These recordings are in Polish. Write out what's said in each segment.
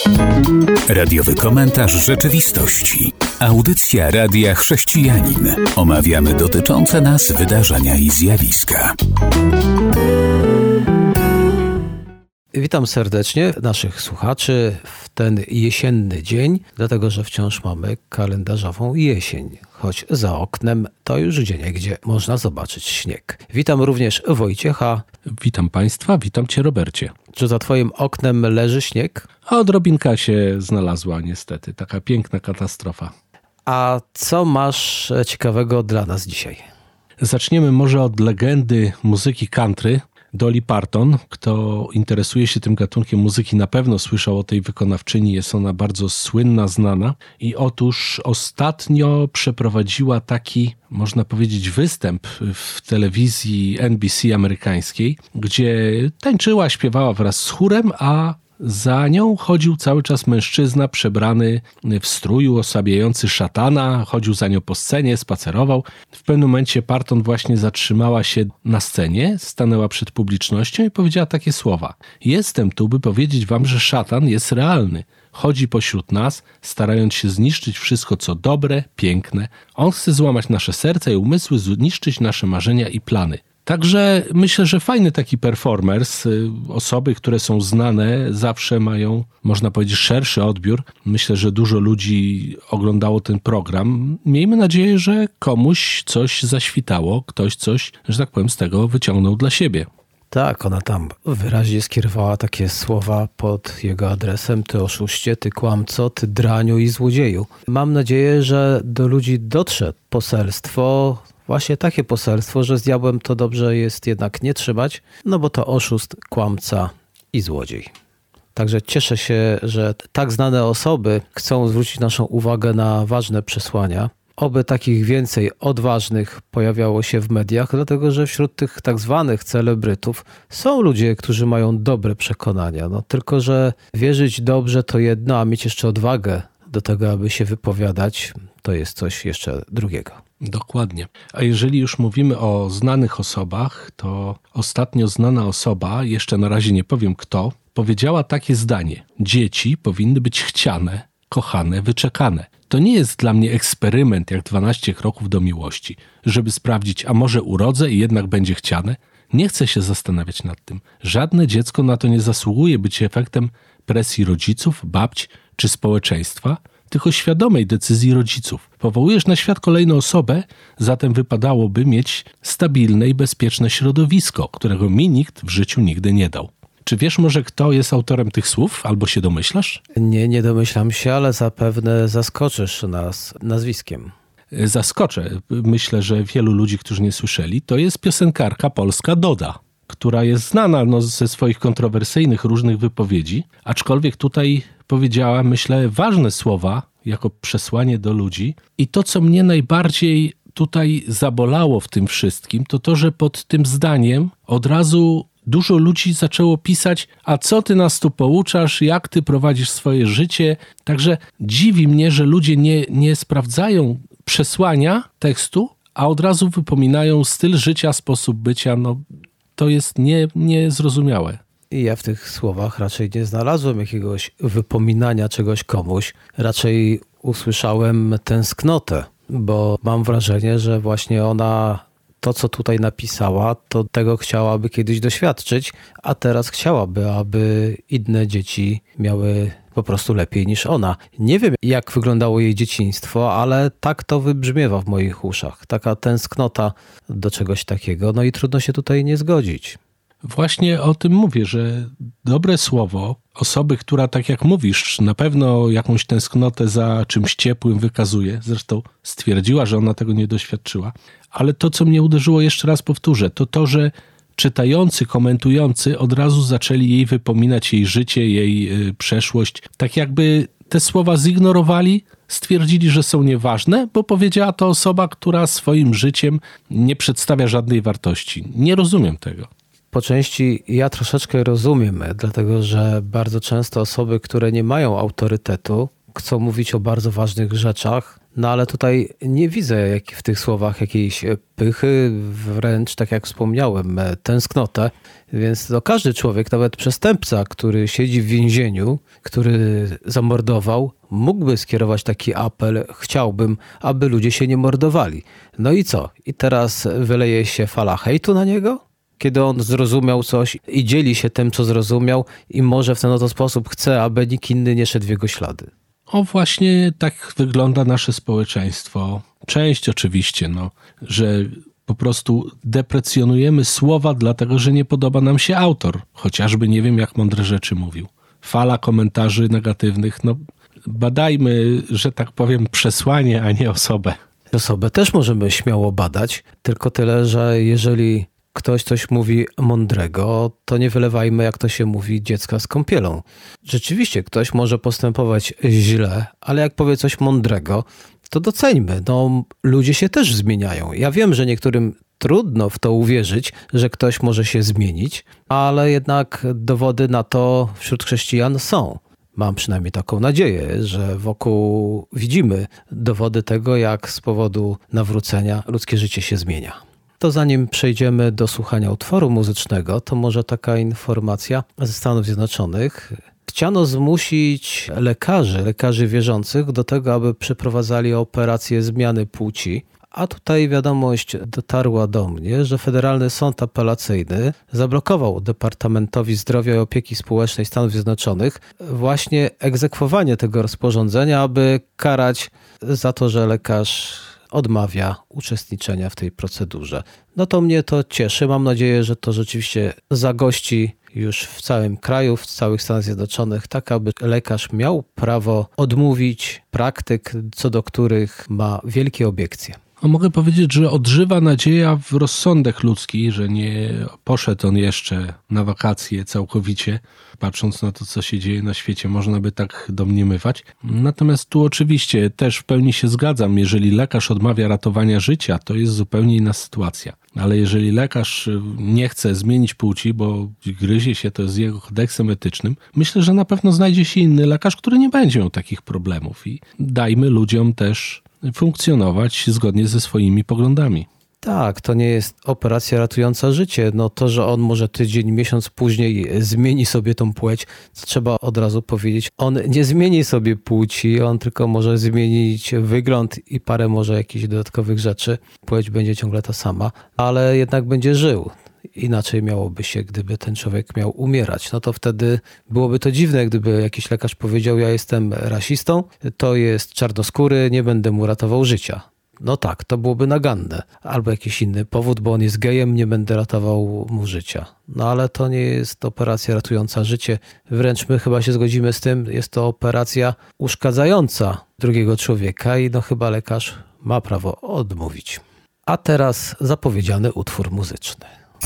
Radiowy komentarz rzeczywistości. Audycja Radia Chrześcijanin. Omawiamy dotyczące nas wydarzenia i zjawiska. Witam serdecznie naszych słuchaczy w ten jesienny dzień, dlatego że wciąż mamy kalendarzową jesień, choć za oknem to już dzień, gdzie można zobaczyć śnieg. Witam również Wojciecha. Witam Państwa, witam Cię, Robercie. Czy za Twoim oknem leży śnieg? A odrobinka się znalazła niestety, taka piękna katastrofa. A co masz ciekawego dla nas dzisiaj? Zaczniemy może od legendy muzyki country, Dolly Parton. Kto interesuje się tym gatunkiem muzyki, na pewno słyszał o tej wykonawczyni, jest ona bardzo słynna, znana. I otóż ostatnio przeprowadziła taki, można powiedzieć, występ w telewizji NBC amerykańskiej, gdzie tańczyła, śpiewała wraz z chórem, a za nią chodził cały czas mężczyzna przebrany w strój osłabiający szatana, chodził za nią po scenie, spacerował. W pewnym momencie Parton właśnie zatrzymała się na scenie, stanęła przed publicznością i powiedziała takie słowa: jestem tu, by powiedzieć wam, że szatan jest realny. Chodzi pośród nas, starając się zniszczyć wszystko, co dobre, piękne. On chce złamać nasze serca i umysły, zniszczyć nasze marzenia i plany. Także myślę, że fajny taki performers. Osoby, które są znane, zawsze mają, można powiedzieć, szerszy odbiór. Myślę, że dużo ludzi oglądało ten program. Miejmy nadzieję, że komuś coś zaświtało, ktoś coś, że tak powiem, z tego wyciągnął dla siebie. Tak, ona tam wyraźnie skierowała takie słowa pod jego adresem: ty oszuście, ty kłamco, ty draniu i złodzieju. Mam nadzieję, że do ludzi dotrze poselstwo, właśnie takie poselstwo, że z diabłem to dobrze jest jednak nie trzymać, no bo to oszust, kłamca i złodziej. Także cieszę się, że tak znane osoby chcą zwrócić naszą uwagę na ważne przesłania. Oby takich więcej odważnych pojawiało się w mediach, dlatego że wśród tych tak zwanych celebrytów są ludzie, którzy mają dobre przekonania. No, tylko że wierzyć dobrze to jedno, a mieć jeszcze odwagę do tego, aby się wypowiadać, to jest coś jeszcze drugiego. Dokładnie. A jeżeli już mówimy o znanych osobach, to ostatnio znana osoba, jeszcze na razie nie powiem kto, powiedziała takie zdanie: dzieci powinny być chciane, kochane, wyczekane. To nie jest dla mnie eksperyment jak 12 kroków do miłości, żeby sprawdzić, a może urodzę i jednak będzie chciane. Nie chcę się zastanawiać nad tym. Żadne dziecko na to nie zasługuje być efektem presji rodziców, babć czy społeczeństwa, tylko świadomej decyzji rodziców. Powołujesz na świat kolejną osobę, zatem wypadałoby mieć stabilne i bezpieczne środowisko, którego mi nikt w życiu nigdy nie dał. Czy wiesz może, kto jest autorem tych słów, albo się domyślasz? Nie domyślam się, ale zapewne zaskoczysz nas nazwiskiem. Zaskoczę. Myślę, że wielu ludzi, którzy nie słyszeli, to jest piosenkarka polska Doda, która jest znana ze swoich kontrowersyjnych różnych wypowiedzi, aczkolwiek tutaj powiedziała, myślę, ważne słowa jako przesłanie do ludzi. I to, co mnie najbardziej tutaj zabolało w tym wszystkim, to to, że pod tym zdaniem od razu dużo ludzi zaczęło pisać: a co ty nas tu pouczasz, jak ty prowadzisz swoje życie. Także dziwi mnie, że ludzie nie sprawdzają przesłania tekstu, a od razu wypominają styl życia, sposób bycia. No, to jest niezrozumiałe. I ja w tych słowach raczej nie znalazłem jakiegoś wypominania czegoś komuś. Raczej usłyszałem tęsknotę, bo mam wrażenie, że właśnie ona to, co tutaj napisała, to tego chciałaby kiedyś doświadczyć, a teraz chciałaby, aby inne dzieci miały po prostu lepiej niż ona. Nie wiem, jak wyglądało jej dzieciństwo, ale tak to wybrzmiewa w moich uszach. Taka tęsknota do czegoś takiego, no i trudno się tutaj nie zgodzić. Właśnie o tym mówię, że dobre słowo osoby, która, tak jak mówisz, na pewno jakąś tęsknotę za czymś ciepłym wykazuje, zresztą stwierdziła, że ona tego nie doświadczyła, ale to, co mnie uderzyło, jeszcze raz powtórzę, to, że czytający, komentujący od razu zaczęli jej wypominać jej życie, jej przeszłość, tak jakby te słowa zignorowali, stwierdzili, że są nieważne, bo powiedziała to osoba, która swoim życiem nie przedstawia żadnej wartości. Nie rozumiem tego. Po części ja troszeczkę rozumiem, dlatego że bardzo często osoby, które nie mają autorytetu, chcą mówić o bardzo ważnych rzeczach, no ale tutaj nie widzę w tych słowach jakiejś pychy, wręcz tak jak wspomniałem, tęsknotę. Więc każdy człowiek, nawet przestępca, który siedzi w więzieniu, który zamordował, mógłby skierować taki apel: chciałbym, aby ludzie się nie mordowali. No i co? I teraz wyleje się fala hejtu na niego? Kiedy on zrozumiał coś i dzieli się tym, co zrozumiał i może w ten oto sposób chce, aby nikt inny nie szedł w jego ślady. O, właśnie tak wygląda nasze społeczeństwo. Część oczywiście, że po prostu deprecjonujemy słowa, dlatego że nie podoba nam się autor. Chociażby nie wiem, jak mądre rzeczy mówił. Fala komentarzy negatywnych. Badajmy, że tak powiem, przesłanie, a nie osobę. Osobę też możemy śmiało badać, tylko tyle, że jeżeli ktoś coś mówi mądrego, to nie wylewajmy, jak to się mówi, dziecka z kąpielą. Rzeczywiście ktoś może postępować źle, ale jak powie coś mądrego, to doceńmy. Ludzie się też zmieniają. Ja wiem, że niektórym trudno w to uwierzyć, że ktoś może się zmienić, ale jednak dowody na to wśród chrześcijan są. Mam przynajmniej taką nadzieję, że wokół widzimy dowody tego, jak z powodu nawrócenia ludzkie życie się zmienia. To zanim przejdziemy do słuchania utworu muzycznego, to może taka informacja ze Stanów Zjednoczonych. Chciano zmusić lekarzy wierzących do tego, aby przeprowadzali operację zmiany płci. A tutaj wiadomość dotarła do mnie, że Federalny Sąd Apelacyjny zablokował Departamentowi Zdrowia i Opieki Społecznej Stanów Zjednoczonych właśnie egzekwowanie tego rozporządzenia, aby karać za to, że lekarz odmawia uczestniczenia w tej procedurze. To mnie to cieszy. Mam nadzieję, że to rzeczywiście zagości już w całym kraju, w całych Stanach Zjednoczonych, tak aby lekarz miał prawo odmówić praktyk, co do których ma wielkie obiekcje. Mogę powiedzieć, że odżywa nadzieja w rozsądek ludzki, że nie poszedł on jeszcze na wakacje całkowicie. Patrząc na to, co się dzieje na świecie, można by tak domniemywać. Natomiast tu oczywiście też w pełni się zgadzam. Jeżeli lekarz odmawia ratowania życia, to jest zupełnie inna sytuacja. Ale jeżeli lekarz nie chce zmienić płci, bo gryzie się to z jego kodeksem etycznym, myślę, że na pewno znajdzie się inny lekarz, który nie będzie miał takich problemów. I dajmy ludziom też funkcjonować zgodnie ze swoimi poglądami. Tak, to nie jest operacja ratująca życie. To, że on może tydzień, miesiąc później zmieni sobie tą płeć, to trzeba od razu powiedzieć. On nie zmieni sobie płci, on tylko może zmienić wygląd i parę może jakichś dodatkowych rzeczy. Płeć będzie ciągle ta sama, ale jednak będzie żył. Inaczej miałoby się, gdyby ten człowiek miał umierać. To wtedy byłoby to dziwne, gdyby jakiś lekarz powiedział: ja jestem rasistą, to jest czarnoskóry, nie będę mu ratował życia. Tak, to byłoby naganne. Albo jakiś inny powód, bo on jest gejem, nie będę ratował mu życia. Ale to nie jest operacja ratująca życie. Wręcz my chyba się zgodzimy z tym, jest to operacja uszkadzająca drugiego człowieka i chyba lekarz ma prawo odmówić. A teraz zapowiedziany utwór muzyczny.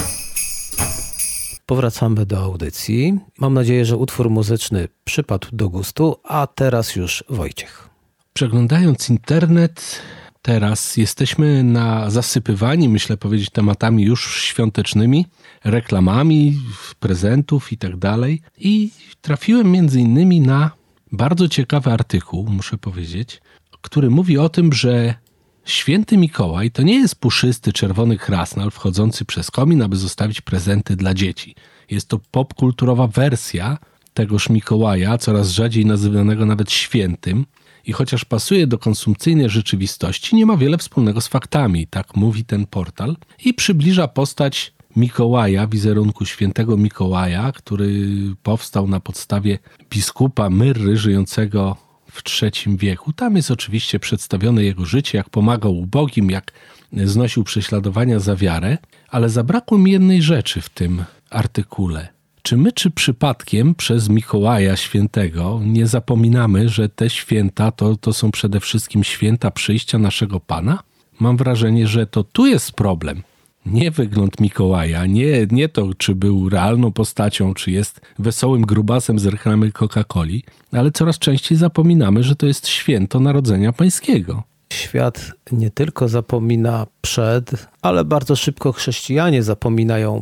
Powracamy do audycji. Mam nadzieję, że utwór muzyczny przypadł do gustu, a teraz już Wojciech. Przeglądając internet, teraz jesteśmy zasypywani, myślę powiedzieć, tematami już świątecznymi, reklamami, prezentów i tak dalej. I trafiłem między innymi na bardzo ciekawy artykuł, muszę powiedzieć, który mówi o tym, że Święty Mikołaj to nie jest puszysty czerwony krasnal wchodzący przez komin, aby zostawić prezenty dla dzieci. Jest to popkulturowa wersja tegoż Mikołaja, coraz rzadziej nazywanego nawet świętym. I chociaż pasuje do konsumpcyjnej rzeczywistości, nie ma wiele wspólnego z faktami, tak mówi ten portal. I przybliża postać Mikołaja, wizerunku świętego Mikołaja, który powstał na podstawie biskupa Myrry żyjącego w III wieku. Tam jest oczywiście przedstawione jego życie, jak pomagał ubogim, jak znosił prześladowania za wiarę, ale zabrakło mi jednej rzeczy w tym artykule. Czy przypadkiem przez Mikołaja Świętego nie zapominamy, że te święta to są przede wszystkim święta przyjścia naszego Pana? Mam wrażenie, że to tu jest problem. Nie wygląd Mikołaja, nie to, czy był realną postacią, czy jest wesołym grubasem z reklamy Coca-Coli, ale coraz częściej zapominamy, że to jest święto Narodzenia Pańskiego. Świat nie tylko zapomina przed, ale bardzo szybko chrześcijanie zapominają po.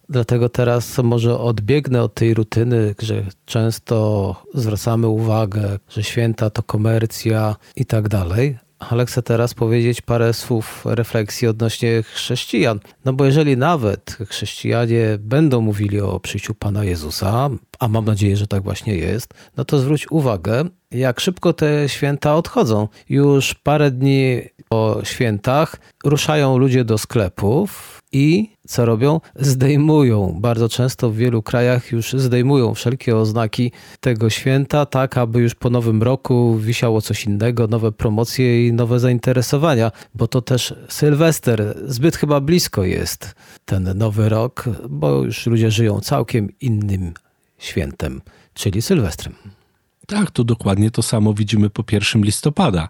Dlatego teraz może odbiegnę od tej rutyny, że często zwracamy uwagę, że święta to komercja i tak dalej, ale chcę teraz powiedzieć parę słów refleksji odnośnie chrześcijan. No bo jeżeli nawet chrześcijanie będą mówili o przyjściu Pana Jezusa, a mam nadzieję, że tak właśnie jest, no to zwróć uwagę, jak szybko te święta odchodzą. Już parę dni po świętach ruszają ludzie do sklepów i co robią? Zdejmują. Bardzo często w wielu krajach już zdejmują wszelkie oznaki tego święta, tak aby już po nowym roku wisiało coś innego, nowe promocje i nowe zainteresowania, bo to też Sylwester, zbyt chyba blisko jest ten nowy rok, bo już ludzie żyją całkiem innym świętem, czyli Sylwestrem. Tak, to dokładnie to samo widzimy po 1 listopada.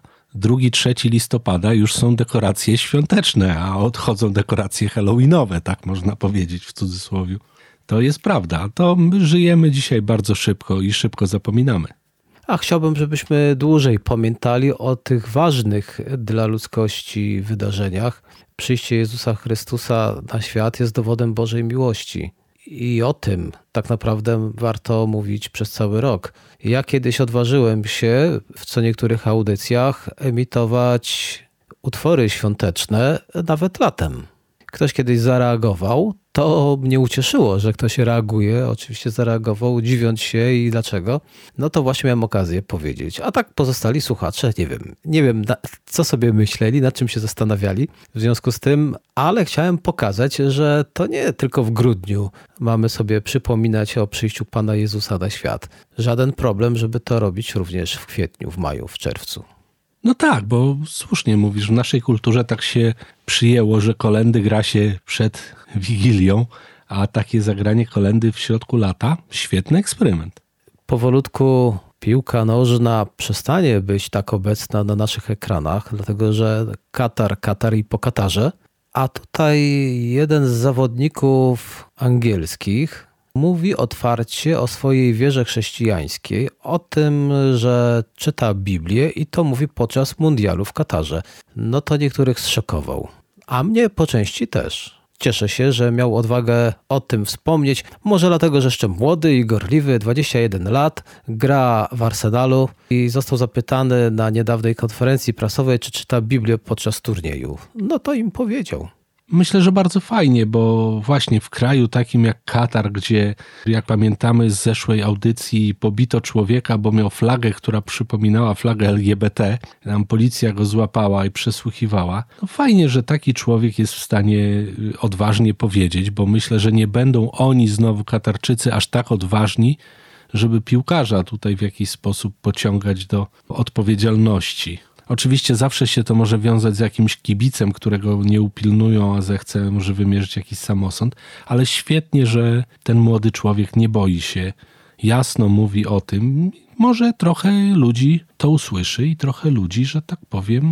2-3 listopada już są dekoracje świąteczne, a odchodzą dekoracje halloweenowe, tak można powiedzieć w cudzysłowie. To jest prawda. To my żyjemy dzisiaj bardzo szybko i szybko zapominamy. A chciałbym, żebyśmy dłużej pamiętali o tych ważnych dla ludzkości wydarzeniach. Przyjście Jezusa Chrystusa na świat jest dowodem Bożej miłości. I o tym tak naprawdę warto mówić przez cały rok. Ja kiedyś odważyłem się w co niektórych audycjach emitować utwory świąteczne nawet latem. Ktoś kiedyś zareagował, to mnie ucieszyło, że ktoś reaguje. Oczywiście zareagował, dziwiąc się i dlaczego. No to właśnie miałem okazję powiedzieć. A tak pozostali słuchacze, nie wiem co sobie myśleli, nad czym się zastanawiali w związku z tym, ale chciałem pokazać, że to nie tylko w grudniu mamy sobie przypominać o przyjściu Pana Jezusa na świat. Żaden problem, żeby to robić również w kwietniu, w maju, w czerwcu. No tak, bo słusznie mówisz, w naszej kulturze tak się przyjęło, że kolędy gra się przed Wigilią, a takie zagranie kolendy w środku lata, świetny eksperyment. Powolutku piłka nożna przestanie być tak obecna na naszych ekranach, dlatego że Katar i po Katarze, a tutaj jeden z zawodników angielskich mówi otwarcie o swojej wierze chrześcijańskiej, o tym, że czyta Biblię i to mówi podczas mundialu w Katarze. No to niektórych zszokował, a mnie po części też. Cieszę się, że miał odwagę o tym wspomnieć. Może dlatego, że jeszcze młody i gorliwy, 21 lat, gra w Arsenalu i został zapytany na niedawnej konferencji prasowej, czy czyta Biblię podczas turnieju. No to im powiedział. Myślę, że bardzo fajnie, bo właśnie w kraju takim jak Katar, gdzie, jak pamiętamy z zeszłej audycji, pobito człowieka, bo miał flagę, która przypominała flagę LGBT, tam policja go złapała i przesłuchiwała. No fajnie, że taki człowiek jest w stanie odważnie powiedzieć, bo myślę, że nie będą oni znowu, Katarczycy, aż tak odważni, żeby piłkarza tutaj w jakiś sposób pociągać do odpowiedzialności. Oczywiście zawsze się to może wiązać z jakimś kibicem, którego nie upilnują, a zechce może wymierzyć jakiś samosąd, ale świetnie, że ten młody człowiek nie boi się, jasno mówi o tym. Może trochę ludzi to usłyszy i trochę ludzi, że tak powiem,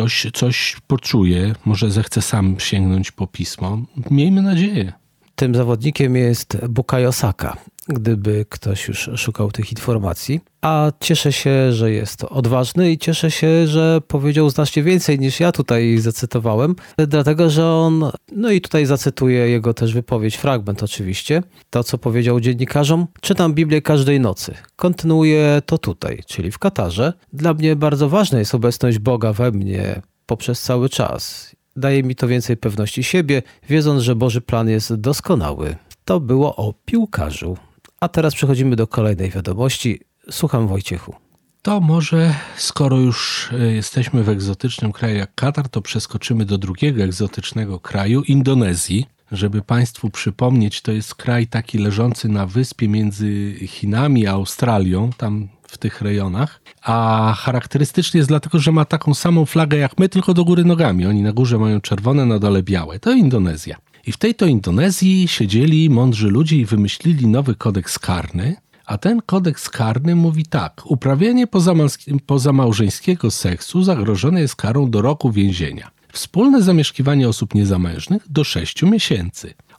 coś poczuje, może zechce sam sięgnąć po pismo. Miejmy nadzieję. Tym zawodnikiem jest Bukayo Saka, gdyby ktoś już szukał tych informacji. A cieszę się, że jest odważny i cieszę się, że powiedział znacznie więcej niż ja tutaj zacytowałem, dlatego że on, no i tutaj zacytuję jego też wypowiedź, fragment oczywiście, to co powiedział dziennikarzom: czytam Biblię każdej nocy. Kontynuuję to tutaj, czyli w Katarze. Dla mnie bardzo ważna jest obecność Boga we mnie poprzez cały czas. Daje mi to więcej pewności siebie, wiedząc, że Boży plan jest doskonały. To było o piłkarzu. A teraz przechodzimy do kolejnej wiadomości. Słucham, Wojciechu. To może, skoro już jesteśmy w egzotycznym kraju jak Katar, to przeskoczymy do drugiego egzotycznego kraju, Indonezji. Żeby Państwu przypomnieć, to jest kraj taki leżący na wyspie między Chinami a Australią, tam w tych rejonach, a charakterystyczny jest dlatego, że ma taką samą flagę jak my, tylko do góry nogami. Oni na górze mają czerwone, na dole białe. To Indonezja. I w tej to Indonezji siedzieli mądrzy ludzie i wymyślili nowy kodeks karny, a ten kodeks karny mówi tak: uprawianie pozamałżeńskiego seksu zagrożone jest karą do roku więzienia. Wspólne zamieszkiwanie osób niezamężnych do 6 miesięcy.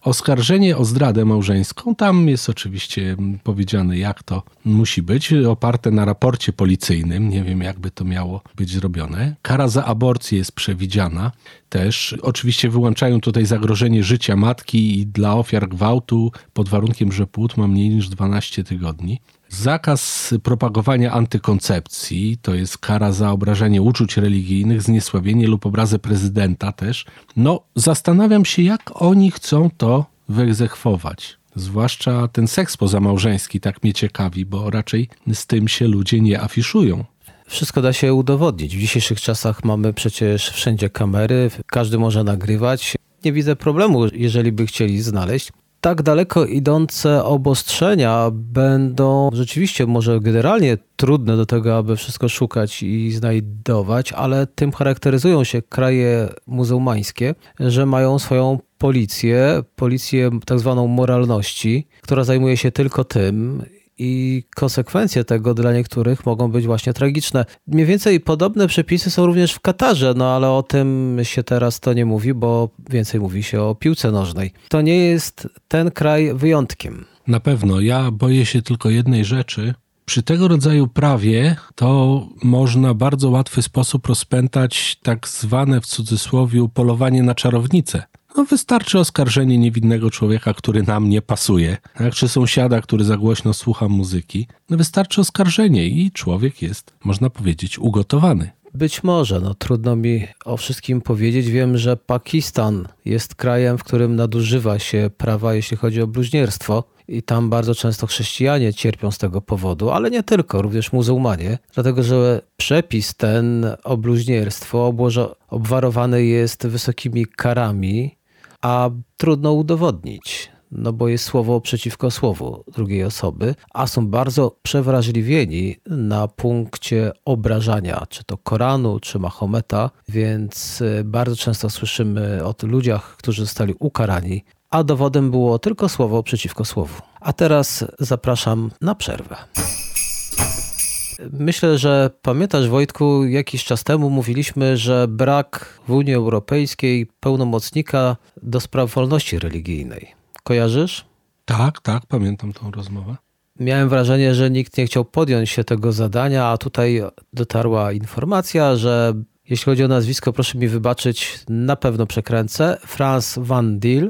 Oskarżenie o zdradę małżeńską, tam jest oczywiście powiedziane, jak to musi być, oparte na raporcie policyjnym, nie wiem, jakby to miało być zrobione. Kara za aborcję jest przewidziana też. Oczywiście wyłączają tutaj zagrożenie życia matki i dla ofiar gwałtu pod warunkiem, że płód ma mniej niż 12 tygodni. Zakaz propagowania antykoncepcji, to jest kara za obrażanie uczuć religijnych, zniesławienie lub obrazę prezydenta też. No, zastanawiam się, jak oni chcą to wyegzekwować. Zwłaszcza ten seks pozamałżeński tak mnie ciekawi, bo raczej z tym się ludzie nie afiszują. Wszystko da się udowodnić. W dzisiejszych czasach mamy przecież wszędzie kamery, każdy może nagrywać. Nie widzę problemu, jeżeli by chcieli znaleźć. Tak daleko idące obostrzenia będą rzeczywiście może generalnie trudne do tego, aby wszystko szukać i znajdować, ale tym charakteryzują się kraje muzułmańskie, że mają swoją policję tak zwaną moralności, która zajmuje się tylko tym i konsekwencje tego dla niektórych mogą być właśnie tragiczne. Mniej więcej podobne przepisy są również w Katarze, no ale o tym się teraz to nie mówi, bo więcej mówi się o piłce nożnej. To nie jest ten kraj wyjątkiem. Na pewno. Ja boję się tylko jednej rzeczy. Przy tego rodzaju prawie to można w bardzo łatwy sposób rozpętać tak zwane w cudzysłowie polowanie na czarownicę. No wystarczy oskarżenie niewinnego człowieka, który nam nie pasuje, jak czy sąsiada, który za głośno słucha muzyki. No wystarczy oskarżenie i człowiek jest, można powiedzieć, ugotowany. Być może, trudno mi o wszystkim powiedzieć. Wiem, że Pakistan jest krajem, w którym nadużywa się prawa, jeśli chodzi o bluźnierstwo. I tam bardzo często chrześcijanie cierpią z tego powodu, ale nie tylko, również muzułmanie. Dlatego, że przepis ten o bluźnierstwo obwarowany jest wysokimi karami, a trudno udowodnić, bo jest słowo przeciwko słowu drugiej osoby, a są bardzo przewrażliwieni na punkcie obrażania, czy to Koranu, czy Mahometa, więc bardzo często słyszymy o ludziach, którzy zostali ukarani, a dowodem było tylko słowo przeciwko słowu. A teraz zapraszam na przerwę. Myślę, że pamiętasz, Wojtku, jakiś czas temu mówiliśmy, że brak w Unii Europejskiej pełnomocnika do spraw wolności religijnej. Kojarzysz? Tak, pamiętam tą rozmowę. Miałem wrażenie, że nikt nie chciał podjąć się tego zadania, a tutaj dotarła informacja, że jeśli chodzi o nazwisko, proszę mi wybaczyć, na pewno przekręcę, Frans van Dil,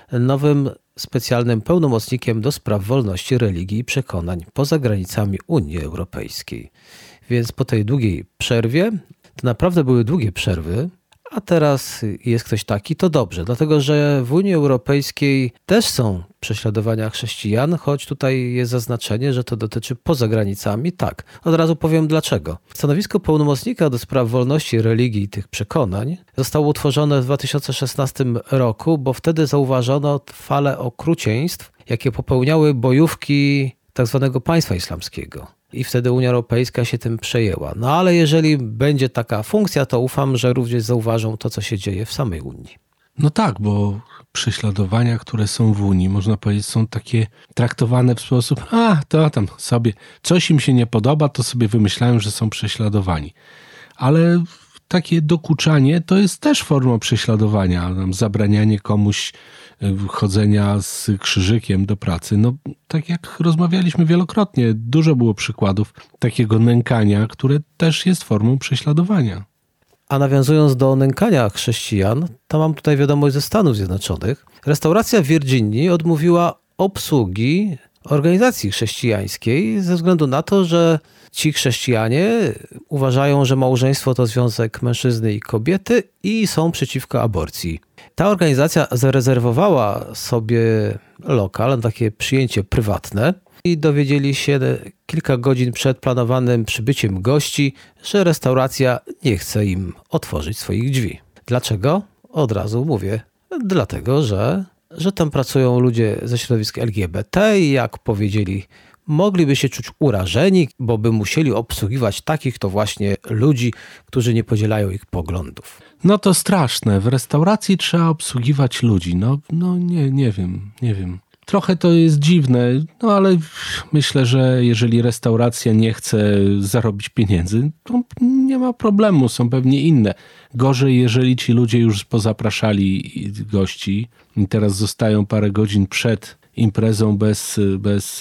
nowym specjalnym pełnomocnikiem do spraw wolności religii i przekonań poza granicami Unii Europejskiej. Więc po tej długiej przerwie, to naprawdę były długie przerwy, a teraz jest ktoś taki, to dobrze, dlatego że w Unii Europejskiej też są prześladowania chrześcijan, choć tutaj jest zaznaczenie, że to dotyczy poza granicami. Tak, od razu powiem dlaczego. Stanowisko pełnomocnika do spraw wolności religii i tych przekonań zostało utworzone w 2016 roku, bo wtedy zauważono falę okrucieństw, jakie popełniały bojówki tzw. państwa islamskiego. I wtedy Unia Europejska się tym przejęła. No ale jeżeli będzie taka funkcja, to ufam, że również zauważą to, co się dzieje w samej Unii. No tak, bo prześladowania, które są w Unii, można powiedzieć, są takie traktowane w sposób, to tam sobie coś im się nie podoba, to sobie wymyślają, że są prześladowani. Ale takie dokuczanie to jest też forma prześladowania, zabranianie komuś chodzenia z krzyżykiem do pracy. No tak jak rozmawialiśmy wielokrotnie, dużo było przykładów takiego nękania, które też jest formą prześladowania. A nawiązując do nękania chrześcijan, to mam tutaj wiadomość ze Stanów Zjednoczonych. Restauracja w Virginii odmówiła obsługi organizacji chrześcijańskiej ze względu na to, że ci chrześcijanie uważają, że małżeństwo to związek mężczyzny i kobiety i są przeciwko aborcji. Ta organizacja zarezerwowała sobie lokal na takie przyjęcie prywatne i dowiedzieli się kilka godzin przed planowanym przybyciem gości, że restauracja nie chce im otworzyć swoich drzwi. Dlaczego? Od razu mówię. Dlatego, że tam pracują ludzie ze środowiska LGBT i jak powiedzieli, mogliby się czuć urażeni, bo by musieli obsługiwać takich to właśnie ludzi, którzy nie podzielają ich poglądów. No to straszne. W restauracji trzeba obsługiwać ludzi. Nie wiem. Trochę to jest dziwne, no ale myślę, że jeżeli restauracja nie chce zarobić pieniędzy, to nie ma problemu, są pewnie inne. Gorzej, jeżeli ci ludzie już pozapraszali gości i teraz zostają parę godzin przed imprezą bez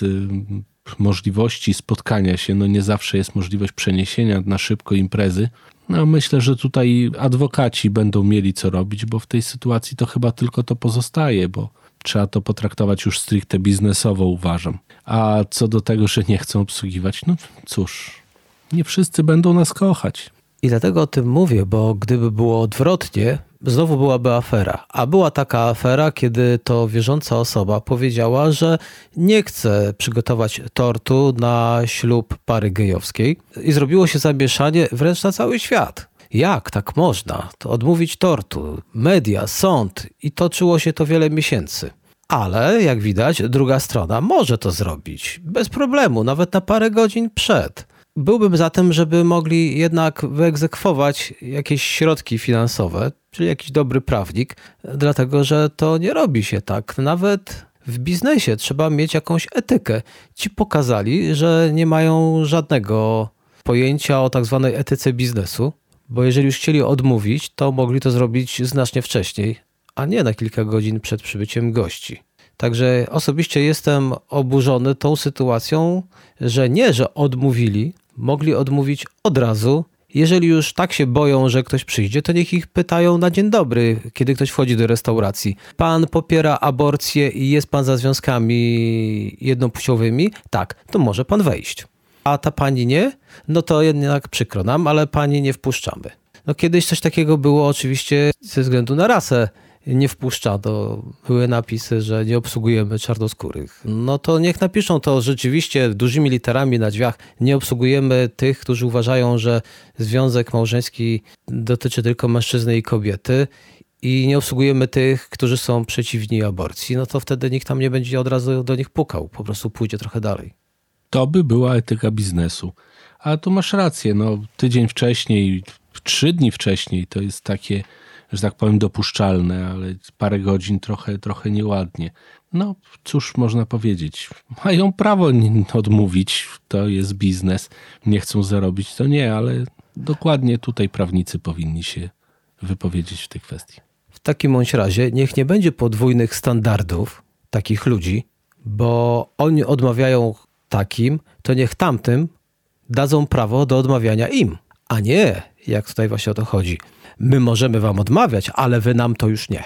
możliwości spotkania się. No nie zawsze jest możliwość przeniesienia na szybko imprezy. No myślę, że tutaj adwokaci będą mieli co robić, bo w tej sytuacji to chyba tylko to pozostaje, bo trzeba to potraktować już stricte biznesowo, uważam. A co do tego, że nie chcą obsługiwać, no cóż, nie wszyscy będą nas kochać. I dlatego o tym mówię, bo gdyby było odwrotnie, znowu byłaby afera. A była taka afera, kiedy to wierząca osoba powiedziała, że nie chce przygotować tortu na ślub pary gejowskiej i zrobiło się zamieszanie wręcz na cały świat. Jak tak można? To odmówić tortu, media, sąd i toczyło się to wiele miesięcy. Ale jak widać, druga strona może to zrobić bez problemu, nawet na parę godzin przed. Byłbym za tym, żeby mogli jednak wyegzekwować jakieś środki finansowe, czyli jakiś dobry prawnik, dlatego że to nie robi się tak. Nawet w biznesie trzeba mieć jakąś etykę. Ci pokazali, że nie mają żadnego pojęcia o tak zwanej etyce biznesu, bo jeżeli już chcieli odmówić, to mogli to zrobić znacznie wcześniej, a nie na kilka godzin przed przybyciem gości. Także osobiście jestem oburzony tą sytuacją, że nie, że odmówili, mogli odmówić od razu. Jeżeli już tak się boją, że ktoś przyjdzie, to niech ich pytają na dzień dobry, kiedy ktoś wchodzi do restauracji. Pan popiera aborcję i jest pan za związkami jednopłciowymi? Tak, to może pan wejść. A ta pani nie? No to jednak przykro nam, ale pani nie wpuszczamy. No kiedyś coś takiego było oczywiście ze względu na rasę. Nie wpuszczano. Były napisy, że nie obsługujemy czarnoskórych. No to niech napiszą to rzeczywiście dużymi literami na drzwiach. Nie obsługujemy tych, którzy uważają, że związek małżeński dotyczy tylko mężczyzny i kobiety i nie obsługujemy tych, którzy są przeciwni aborcji. No to wtedy nikt tam nie będzie od razu do nich pukał. Po prostu pójdzie trochę dalej. To by była etyka biznesu. A tu masz rację, no tydzień wcześniej, 3 dni wcześniej to jest takie, że tak powiem, dopuszczalne, ale parę godzin trochę nieładnie. No cóż można powiedzieć. Mają prawo odmówić, to jest biznes. Nie chcą zarobić, to nie, ale dokładnie tutaj prawnicy powinni się wypowiedzieć w tej kwestii. W takim bądź razie niech nie będzie podwójnych standardów takich ludzi, bo oni odmawiają takim, to niech tamtym dadzą prawo do odmawiania im, a nie, jak tutaj właśnie o to chodzi. My możemy wam odmawiać, ale wy nam to już nie.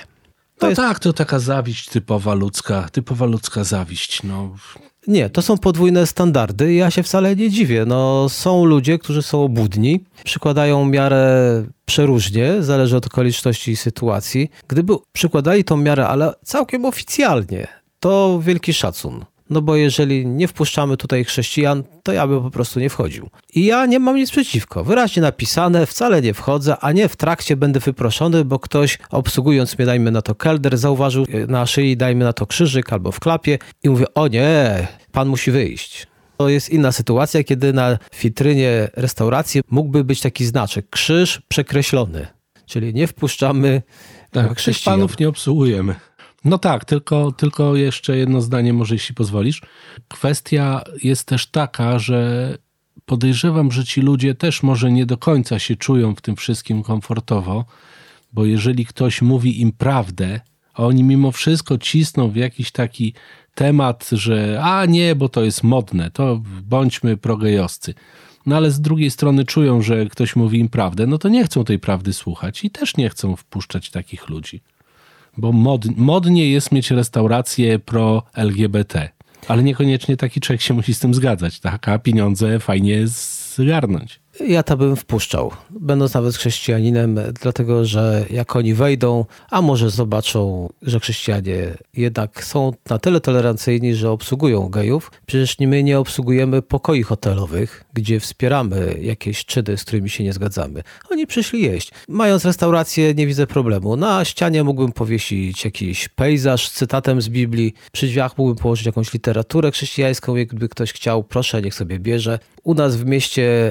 To taka zawiść typowa ludzka zawiść. No. Nie, to są podwójne standardy i ja się wcale nie dziwię. No, są ludzie, którzy są obłudni, przykładają miarę przeróżnie, zależy od okoliczności i sytuacji. Gdyby przykładali tą miarę, ale całkiem oficjalnie, to wielki szacun. No bo jeżeli nie wpuszczamy tutaj chrześcijan, to ja bym po prostu nie wchodził. I ja nie mam nic przeciwko. Wyraźnie napisane, wcale nie wchodzę, a nie w trakcie będę wyproszony, bo ktoś obsługując mnie, dajmy na to kelner, zauważył na szyi, dajmy na to krzyżyk albo w klapie i mówię, o nie, pan musi wyjść. To jest inna sytuacja, kiedy na witrynie restauracji mógłby być taki znaczek, krzyż przekreślony, czyli nie wpuszczamy chrześcijan. Panów nie obsługujemy. No tak, tylko jeszcze jedno zdanie, może jeśli pozwolisz. Kwestia jest też taka, że podejrzewam, że ci ludzie też może nie do końca się czują w tym wszystkim komfortowo, bo jeżeli ktoś mówi im prawdę, a oni mimo wszystko cisną w jakiś taki temat, że a nie, bo to jest modne, to bądźmy progejowscy. No ale z drugiej strony czują, że ktoś mówi im prawdę, no to nie chcą tej prawdy słuchać i też nie chcą wpuszczać takich ludzi. Bo modnie jest mieć restaurację pro-LGBT, ale niekoniecznie taki człowiek się musi z tym zgadzać, tak? A pieniądze fajnie zgarnąć. Ja to bym wpuszczał, będąc nawet chrześcijaninem, dlatego że jak oni wejdą, a może zobaczą, że chrześcijanie jednak są na tyle tolerancyjni, że obsługują gejów. Przecież my nie obsługujemy pokoi hotelowych, gdzie wspieramy jakieś czyny, z którymi się nie zgadzamy. Oni przyszli jeść. Mając restaurację, nie widzę problemu. Na ścianie mógłbym powiesić jakiś pejzaż z cytatem z Biblii. Przy drzwiach mógłbym położyć jakąś literaturę chrześcijańską, jakby ktoś chciał, proszę, niech sobie bierze. U nas w mieście była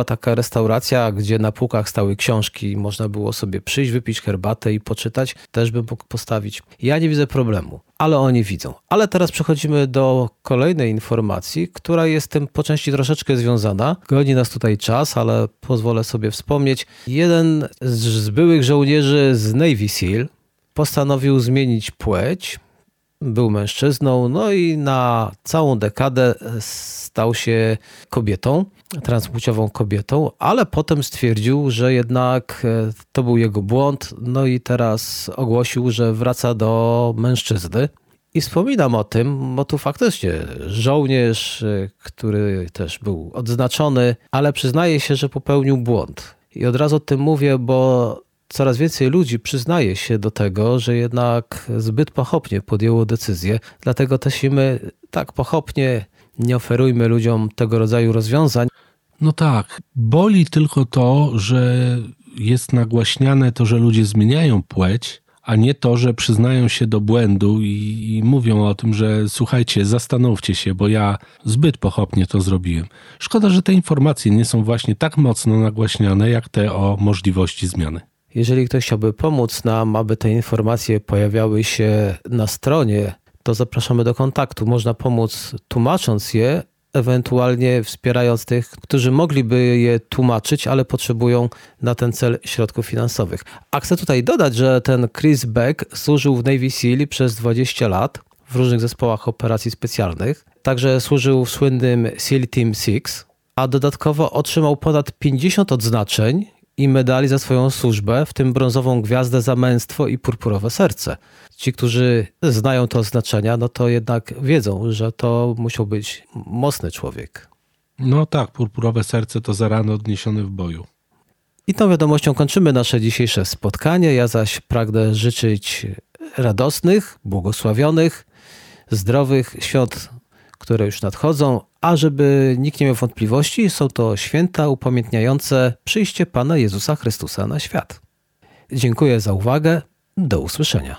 taka restauracja, gdzie na półkach stały książki, można było sobie przyjść, wypić herbatę i poczytać, też bym mógł postawić. Ja nie widzę problemu, ale oni widzą. Ale teraz przechodzimy do kolejnej informacji, która jest tym po części troszeczkę związana. Goni nas tutaj czas, ale pozwolę sobie wspomnieć. Jeden z byłych żołnierzy z Navy SEAL postanowił zmienić płeć. Był mężczyzną, no i na całą dekadę stał się kobietą, transpłciową kobietą, ale potem stwierdził, że jednak to był jego błąd, no i teraz ogłosił, że wraca do mężczyzny. I wspominam o tym, bo tu faktycznie żołnierz, który też był odznaczony, ale przyznaje się, że popełnił błąd. I od razu o tym mówię, bo coraz więcej ludzi przyznaje się do tego, że jednak zbyt pochopnie podjęło decyzję. Dlatego też i my tak pochopnie nie oferujmy ludziom tego rodzaju rozwiązań. No tak, boli tylko to, że jest nagłaśniane to, że ludzie zmieniają płeć, a nie to, że przyznają się do błędu i mówią o tym, że słuchajcie, zastanówcie się, bo ja zbyt pochopnie to zrobiłem. Szkoda, że te informacje nie są właśnie tak mocno nagłaśniane, jak te o możliwości zmiany. Jeżeli ktoś chciałby pomóc nam, aby te informacje pojawiały się na stronie, to zapraszamy do kontaktu. Można pomóc tłumacząc je, ewentualnie wspierając tych, którzy mogliby je tłumaczyć, ale potrzebują na ten cel środków finansowych. A chcę tutaj dodać, że ten Chris Beck służył w Navy SEAL przez 20 lat w różnych zespołach operacji specjalnych. Także służył w słynnym SEAL Team 6, a dodatkowo otrzymał ponad 50 odznaczeń i medali za swoją służbę, w tym brązową gwiazdę za męstwo i purpurowe serce. Ci, którzy znają te oznaczenia, no to jednak wiedzą, że to musiał być mocny człowiek. No tak, purpurowe serce to za rany odniesione w boju. I tą wiadomością kończymy nasze dzisiejsze spotkanie. Ja zaś pragnę życzyć radosnych, błogosławionych, zdrowych świąt, które już nadchodzą, a żeby nikt nie miał wątpliwości, są to święta upamiętniające przyjście Pana Jezusa Chrystusa na świat. Dziękuję za uwagę. Do usłyszenia.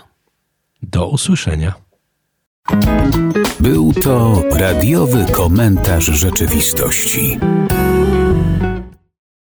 Do usłyszenia. Był to radiowy komentarz rzeczywistości.